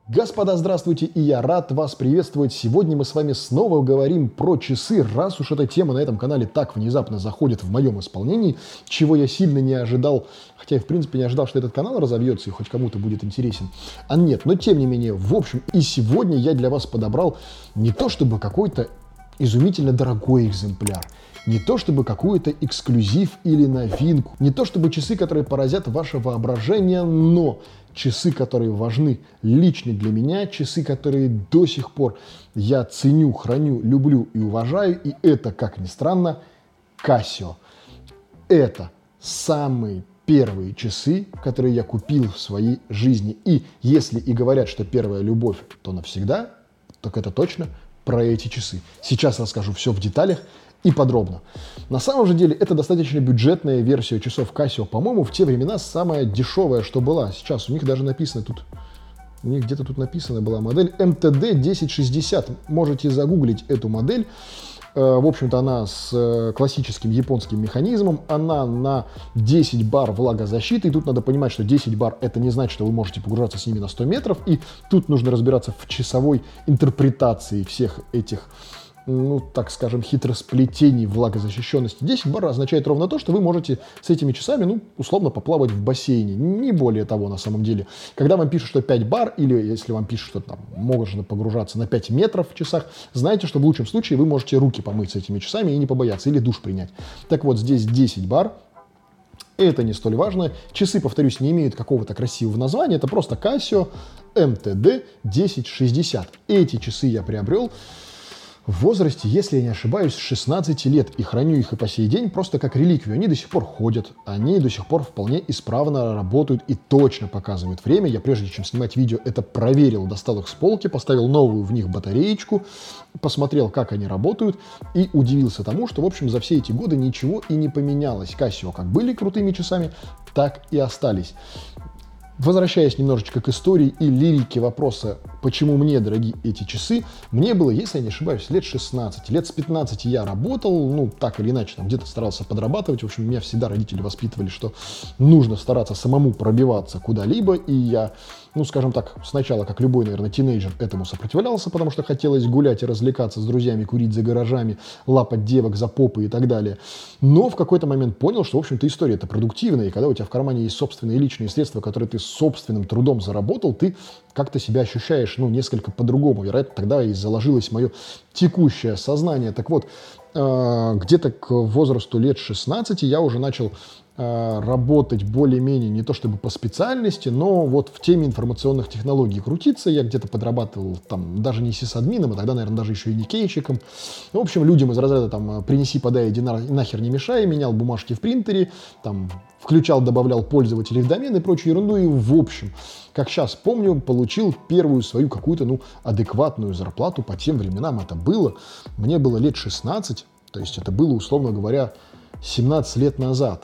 Господа, здравствуйте, и я рад вас приветствовать. Сегодня мы с вами снова говорим про часы, раз уж эта тема на этом канале так внезапно заходит в моем исполнении, чего я сильно не ожидал, хотя я в принципе не ожидал, что этот канал разовьется и хоть кому-то будет интересен. А нет, но тем не менее, в общем, и сегодня я для вас подобрал не то чтобы какой-то изумительно дорогой экземпляр, не то чтобы какой-то эксклюзив или новинку, не то чтобы часы, которые поразят ваше воображение, но часы, которые важны лично для меня, часы, которые до сих пор я ценю, храню, люблю и уважаю, и это, как ни странно, Casio. Это самые первые часы, которые я купил в своей жизни. И если и говорят, что первая любовь, то навсегда, так это точно про эти часы. Сейчас расскажу все в деталях и подробно. На самом же деле это достаточно бюджетная версия часов Casio. По-моему, в те времена самая дешевая, что была. Сейчас у них даже написано тут, у них где-то тут написана была модель MTD 1060. Можете загуглить эту модель. В общем-то, она с классическим японским механизмом. Она на 10 бар влагозащиты. И тут надо понимать, что 10 бар это не значит, что вы можете погружаться с ними на 100 метров. И тут нужно разбираться в часовой интерпретации всех этих, ну, так скажем, хитросплетений влагозащищенности. 10 бар означает ровно то, что вы можете с этими часами, ну, условно, поплавать в бассейне. Не более того, на самом деле. Когда вам пишут, что 5 бар, или если вам пишут, что там можно погружаться на 5 метров в часах, знайте, что в лучшем случае вы можете руки помыть с этими часами и не побояться, или душ принять. Так вот, здесь 10 бар. Это не столь важно. Часы, повторюсь, не имеют какого-то красивого названия. Это просто Casio MTD 1060. Эти часы я приобрел в возрасте, если я не ошибаюсь, 16 лет, и храню их и по сей день просто как реликвию. Они до сих пор ходят, они до сих пор вполне исправно работают и точно показывают время. Я прежде чем снимать видео это проверил, достал их с полки, поставил новую в них батареечку, посмотрел, как они работают, и удивился тому, что, в общем, за все эти годы ничего и не поменялось. Casio как были крутыми часами, так и остались. Возвращаясь немножечко к истории и лирике вопроса, почему мне дороги эти часы, мне было, если я не ошибаюсь, лет 16. Лет с 15 я работал, ну, так или иначе, там где-то старался подрабатывать. В общем, меня всегда родители воспитывали, что нужно стараться самому пробиваться куда-либо. И я, ну, скажем так, сначала, как любой, наверное, тинейджер, этому сопротивлялся, потому что хотелось гулять и развлекаться с друзьями, курить за гаражами, лапать девок за попы и так далее. Но в какой-то момент понял, что, в общем-то, история-то продуктивная, и когда у тебя в кармане есть собственные личные средства, которые ты собственным трудом заработал, ты как-то себя ощущаешь, ну, несколько по-другому. Вероятно, тогда и заложилось мое текущее сознание. Так вот, где-то к возрасту лет 16 я уже начал работать более-менее не то чтобы по специальности, но вот в теме информационных технологий крутиться. Я где-то подрабатывал там даже не сисадмином, а тогда, наверное, даже еще и никейщиком. В общем, людям из разряда там принеси, подай, иди нахер не мешай, менял бумажки в принтере, там включал, добавлял пользователей в домен и прочую ерунду. И в общем, как сейчас помню, получил первую свою какую-то, ну, адекватную зарплату. По тем временам это было. Мне было лет 16, то есть это было, условно говоря, 17 лет назад.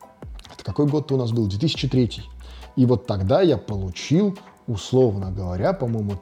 Это какой год-то у нас был? 2003. И вот тогда я получил, условно говоря, по-моему,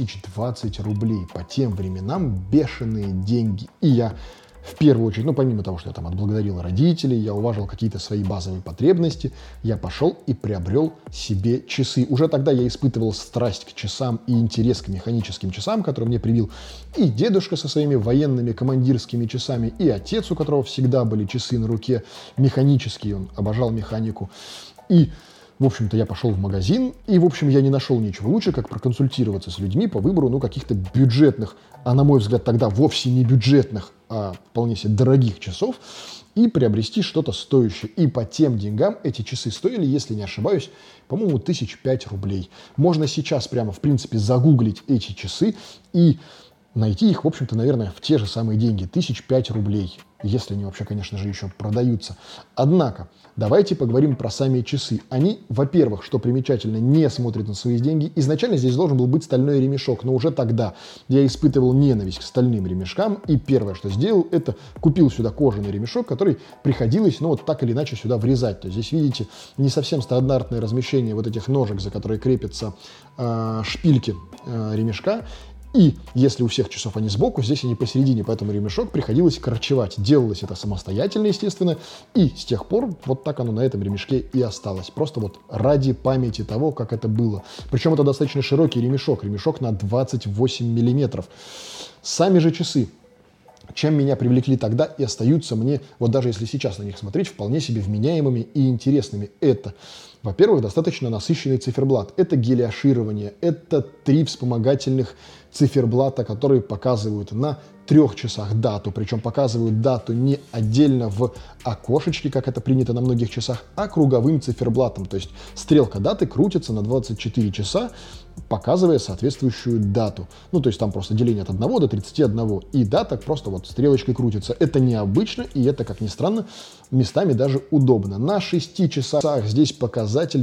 1020 рублей. По тем временам бешеные деньги. И я в первую очередь, ну, помимо того, что я там отблагодарил родителей, я уважил какие-то свои базовые потребности, я пошел и приобрел себе часы. Уже тогда я испытывал страсть к часам и интерес к механическим часам, который мне привил и дедушка со своими военными командирскими часами, и отец, у которого всегда были часы на руке, механические, он обожал механику. И в общем-то, я пошел в магазин, и, в общем, я не нашел ничего лучше, как проконсультироваться с людьми по выбору, ну, каких-то бюджетных, а, на мой взгляд, тогда вовсе не бюджетных, а вполне себе дорогих часов, и приобрести что-то стоящее. И по тем деньгам эти часы стоили, если не ошибаюсь, по-моему, 1005 рублей. Можно сейчас прямо, в принципе, загуглить эти часы и найти их, в общем-то, наверное, в те же самые деньги, 1005 рублей, если они вообще, конечно же, еще продаются. Однако, давайте поговорим про сами часы. Они, во-первых, что примечательно, не смотрят на свои деньги. Изначально здесь должен был быть стальной ремешок, но уже тогда я испытывал ненависть к стальным ремешкам, и первое, что сделал, это купил сюда кожаный ремешок, который приходилось, ну, вот так или иначе сюда врезать. То есть здесь, видите, не совсем стандартное размещение вот этих ножек, за которые крепятся шпильки ремешка. И если у всех часов они сбоку, здесь они посередине, поэтому ремешок приходилось корчевать. Делалось это самостоятельно, естественно, и с тех пор вот так оно на этом ремешке и осталось. Просто вот ради памяти того, как это было. Причем это достаточно широкий ремешок на 28 миллиметров. Сами же часы, чем меня привлекли тогда и остаются мне, вот даже если сейчас на них смотреть, вполне себе вменяемыми и интересными. Это, во-первых, достаточно насыщенный циферблат. Это гелиоширование, это 3 вспомогательных циферблата, которые показывают на 3 часах дату. Причем показывают дату не отдельно в окошечке, как это принято на многих часах, а круговым циферблатом. То есть стрелка даты крутится на 24 часа, показывая соответствующую дату. Ну, то есть там просто деление от 1 до 31. И дата просто вот стрелочкой крутится. Это необычно, и это, как ни странно, местами даже удобно. На 6 часах здесь показатель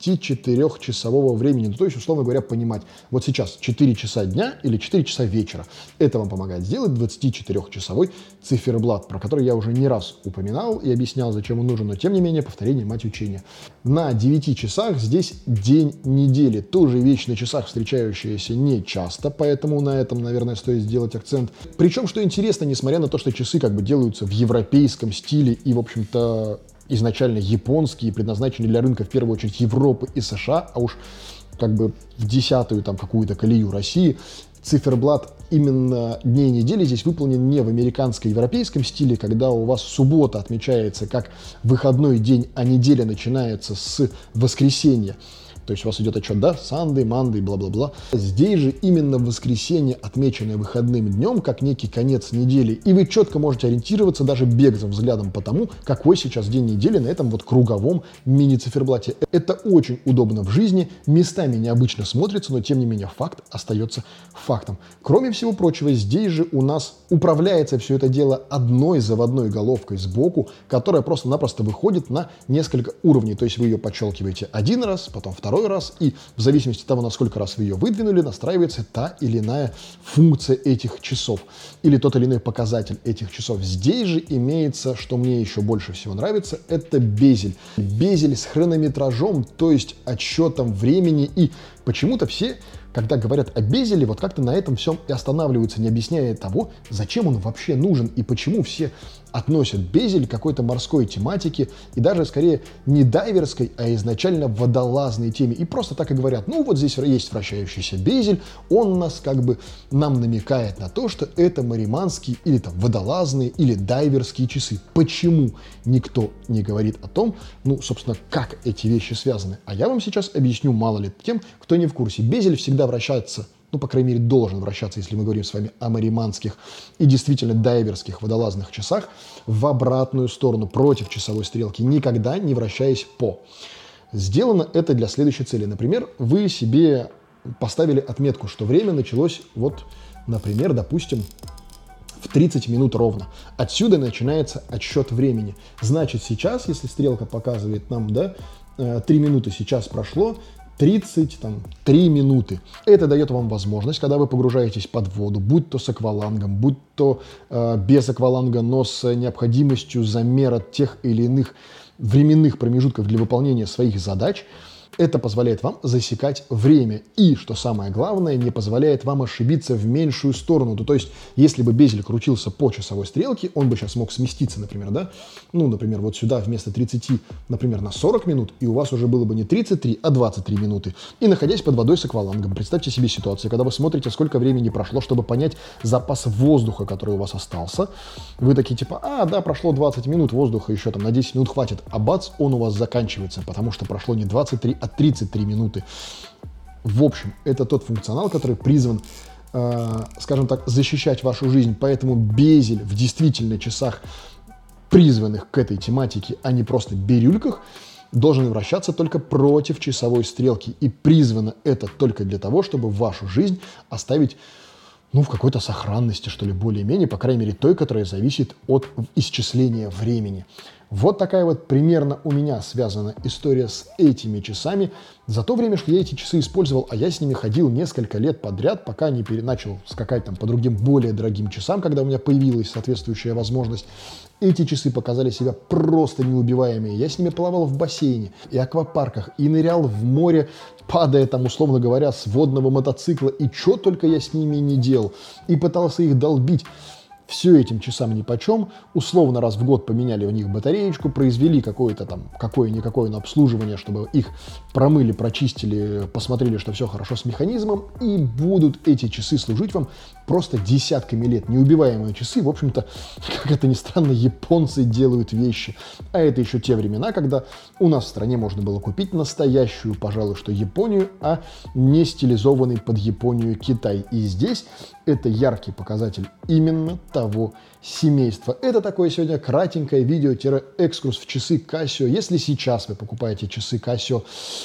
24-часового времени. Ну, то есть, условно говоря, понимать, вот сейчас 4 часа дня или 4 часа вечера. Это вам помогает сделать 24-часовой циферблат, про который я уже не раз упоминал и объяснял, зачем он нужен, но тем не менее, повторение мать учения. На 9 часах здесь день недели. Тоже вещь на часах, встречающаяся не часто, поэтому на этом, наверное, стоит сделать акцент. Причем, что интересно, несмотря на то, что часы как бы делаются в европейском стиле и, в общем-то, изначально японские, предназначены для рынка, в первую очередь, Европы и США, а уж как бы в 10-ю там какую-то колею России, циферблат именно дней недели здесь выполнен не в американско-европейском стиле, когда у вас суббота отмечается как выходной день, а неделя начинается с воскресенья. То есть у вас идет отчет, да, Sunday, Monday, бла-бла-бла. Здесь же именно воскресенье, отмеченное выходным днем, как некий конец недели. И вы четко можете ориентироваться даже беглым взглядом по тому, какой сейчас день недели на этом вот круговом мини-циферблате. Это очень удобно в жизни, местами необычно смотрится, но тем не менее факт остается фактом. Кроме всего прочего, здесь же у нас управляется все это дело одной заводной головкой сбоку, которая просто-напросто выходит на несколько уровней. То есть вы ее подщелкиваете один раз, потом второй раз, и в зависимости от того, насколько раз вы ее выдвинули, настраивается та или иная функция этих часов или тот или иной показатель этих часов. Здесь же имеется, что мне еще больше всего нравится, это безель. Безель с хронометражом, то есть отсчетом времени, и почему-то все, когда говорят о безеле, вот как-то на этом всем и останавливаются, не объясняя того, зачем он вообще нужен и почему все относят безель к какой-то морской тематике и даже скорее не дайверской, а изначально водолазной теме. И просто так и говорят, ну вот здесь есть вращающийся безель, он нас как бы нам намекает на то, что это мариманские или там водолазные или дайверские часы. Почему никто не говорит о том, ну, собственно, как эти вещи связаны? А я вам сейчас объясню, мало ли, тем, кто не в курсе. Безель всегда вращается, ну, по крайней мере, должен вращаться, если мы говорим с вами о мариманских и действительно дайверских водолазных часах, в обратную сторону, против часовой стрелки, никогда не вращаясь по. Сделано это для следующей цели. Например, вы себе поставили отметку, что время началось, вот, например, допустим, в 30 минут ровно. Отсюда начинается отсчет времени. Значит, сейчас, если стрелка показывает нам, да, 3 минуты сейчас прошло, 33 минуты. Это дает вам возможность, когда вы погружаетесь под воду, будь то с аквалангом, будь то без акваланга, но с необходимостью замера тех или иных временных промежутков для выполнения своих задач, это позволяет вам засекать время и, что самое главное, не позволяет вам ошибиться в меньшую сторону. То есть, если бы безель крутился по часовой стрелке, он бы сейчас мог сместиться, например, да? Ну, например, вот сюда вместо 30, например, на 40 минут, и у вас уже было бы не 33, а 23 минуты. И находясь под водой с аквалангом, представьте себе ситуацию, когда вы смотрите, сколько времени прошло, чтобы понять запас воздуха, который у вас остался. Вы такие типа, да, прошло 20 минут, воздуха еще там на 10 минут хватит, а бац, он у вас заканчивается, потому что прошло не 23, а 33 минуты. В общем, это тот функционал, который призван, скажем так, защищать вашу жизнь. Поэтому безель в действительно часах, призванных к этой тематике, а не просто бирюльках, должен вращаться только против часовой стрелки. И призвано это только для того, чтобы вашу жизнь оставить, ну, в какой-то сохранности, что ли, более-менее, по крайней мере, той, которая зависит от исчисления времени. Вот такая вот примерно у меня связана история с этими часами. За то время, что я эти часы использовал, а я с ними ходил несколько лет подряд, пока не начал скакать там по другим более дорогим часам, когда у меня появилась соответствующая возможность. Эти часы показали себя просто неубиваемыми. Я с ними плавал в бассейне и аквапарках, и нырял в море, падая там, условно говоря, с водного мотоцикла, и что только я с ними не делал. И пытался их долбить. Все этим часам нипочем, условно раз в год поменяли у них батареечку, произвели какое-то там, какое-никакое обслуживание, чтобы их промыли, прочистили, посмотрели, что все хорошо с механизмом, и будут эти часы служить вам просто десятками лет. Неубиваемые часы, в общем-то, как это ни странно, японцы делают вещи. А это еще те времена, когда у нас в стране можно было купить настоящую, пожалуй, что Японию, а не стилизованный под Японию Китай. И здесь это яркий показатель именно того семейства. Это такое сегодня кратенькое видео-экскурс в часы Casio. Если сейчас вы покупаете часы Casio,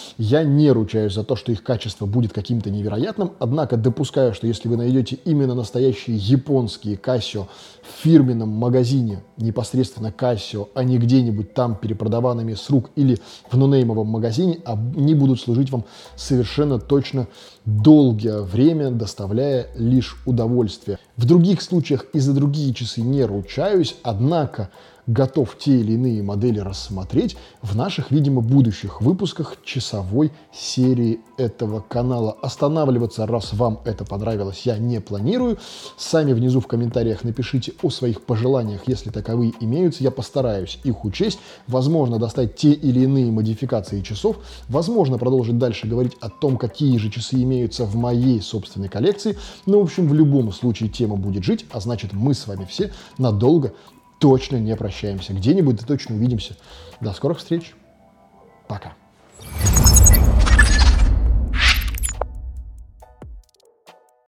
я не ручаюсь за то, что их качество будет каким-то невероятным, однако допускаю, что если вы найдете именно настоящие японские Casio в фирменном магазине, непосредственно Casio, а не где-нибудь там перепродаванными с рук или в нонеймовом магазине, они будут служить вам совершенно точно долгое время, доставляя лишь удовольствие. В других случаях и за другие часы не ручаюсь, однако готов те или иные модели рассмотреть в наших, видимо, будущих выпусках часовой серии этого канала. Останавливаться, раз вам это понравилось, я не планирую. Сами внизу в комментариях напишите о своих пожеланиях, если таковые имеются. Я постараюсь их учесть. Возможно, достать те или иные модификации часов. Возможно, продолжить дальше говорить о том, какие же часы имеются в моей собственной коллекции. Но, в общем, в любом случае тема будет жить, а значит, мы с вами все надолго точно не прощаемся. Где-нибудь да точно увидимся. До скорых встреч. Пока.